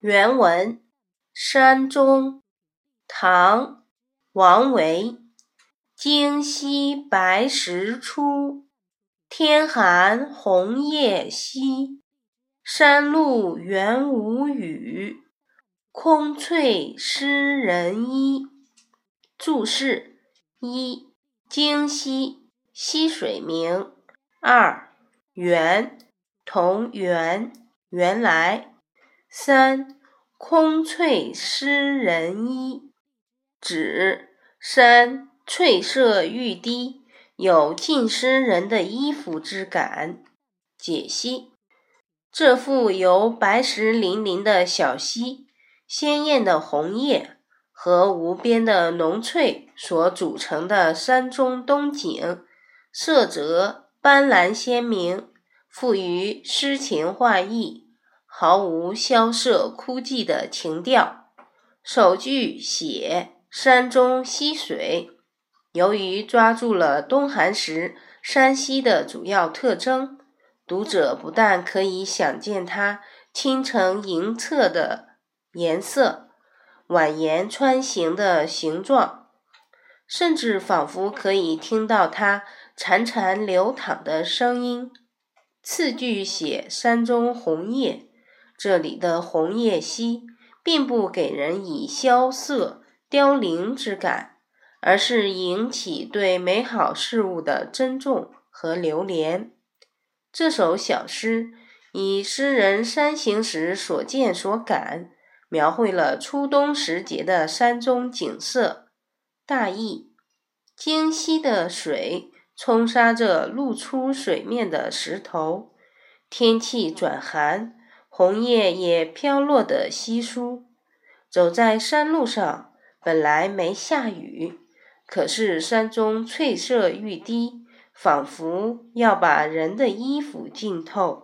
原文：山中，唐·王维。今夕白石出，天寒红叶稀。山路原无雨，空翠湿人衣。注释：一、今夕，溪水名；二、原，同源，原来；三、空翠湿人衣，指山翠色欲滴，有浸湿人的衣服之感。解析：这幅由白石粼粼的小溪、鲜艳的红叶和无边的浓翠所组成的山中冬景，色泽斑斓鲜明，富于诗情画意，毫无萧瑟枯寂的情调。首句写山中溪水，由于抓住了冬寒时山溪的主要特征，读者不但可以想见它清澄莹澈的颜色、蜿蜒穿行的形状，甚至仿佛可以听到它潺潺流淌的声音。次句写山中红叶，这里的红叶稀并不给人以萧瑟凋零之感，而是引起对美好事物的珍重和留恋。这首小诗以诗人山行时所见所感，描绘了初冬时节的山中景色。大意：今溪的水冲刷着露出水面的石头，天气转寒，红叶也飘落得稀疏。走在山路上，本来没下雨，可是山中翠色欲滴，仿佛要把人的衣服浸透。